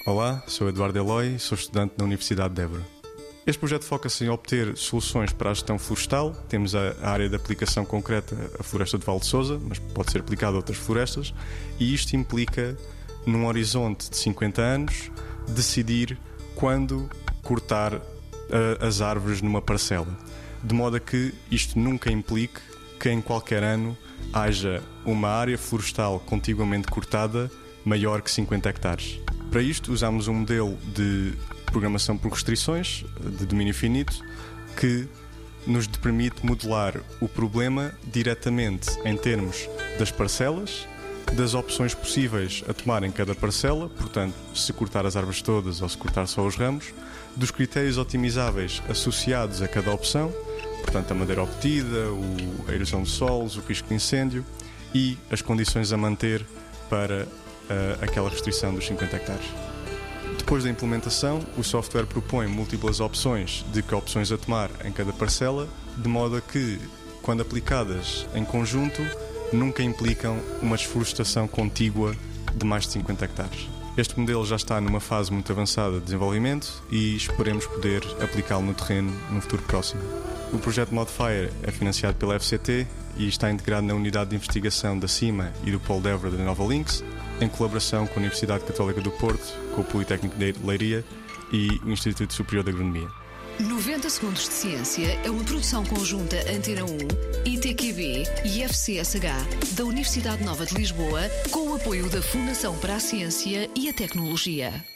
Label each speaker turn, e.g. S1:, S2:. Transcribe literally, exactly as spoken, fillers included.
S1: Olá, sou Eduardo Eloy, sou estudante na Universidade de Évora. Este projeto foca-se em obter soluções para a gestão florestal. Temos a área de aplicação concreta, a floresta de Val de Sousa, mas pode ser aplicado a outras florestas, e isto implica, num horizonte de cinquenta anos, decidir quando cortar uh, as árvores numa parcela, de modo a que isto nunca implique que em qualquer ano haja uma área florestal contiguamente cortada maior que cinquenta hectares. Para isto usamos um modelo de programação por restrições, de domínio finito, que nos permite modelar o problema diretamente em termos das parcelas, das opções possíveis a tomar em cada parcela, portanto, se cortar as árvores todas ou se cortar só os ramos, dos critérios otimizáveis associados a cada opção, portanto, a madeira obtida, a erosão de solos, o risco de incêndio e as condições a manter para uh, aquela restrição dos cinquenta hectares. Depois da implementação, o software propõe múltiplas opções de que opções a tomar em cada parcela, de modo a que, quando aplicadas em conjunto, nunca implicam uma desflorestação contígua de mais de cinquenta hectares. Este modelo já está numa fase muito avançada de desenvolvimento e esperemos poder aplicá-lo no terreno no futuro próximo. O projeto Modifier é financiado pela F C T e está integrado na unidade de investigação da CIMA e do Polo de Évora da Nova Links, em colaboração com a Universidade Católica do Porto, com o Politécnico de Leiria e o Instituto Superior de Agronomia.
S2: noventa Segundos de Ciência é uma produção conjunta Antena um, I T Q B e F C S H da Universidade Nova de Lisboa, com o apoio da Fundação para a Ciência e a Tecnologia.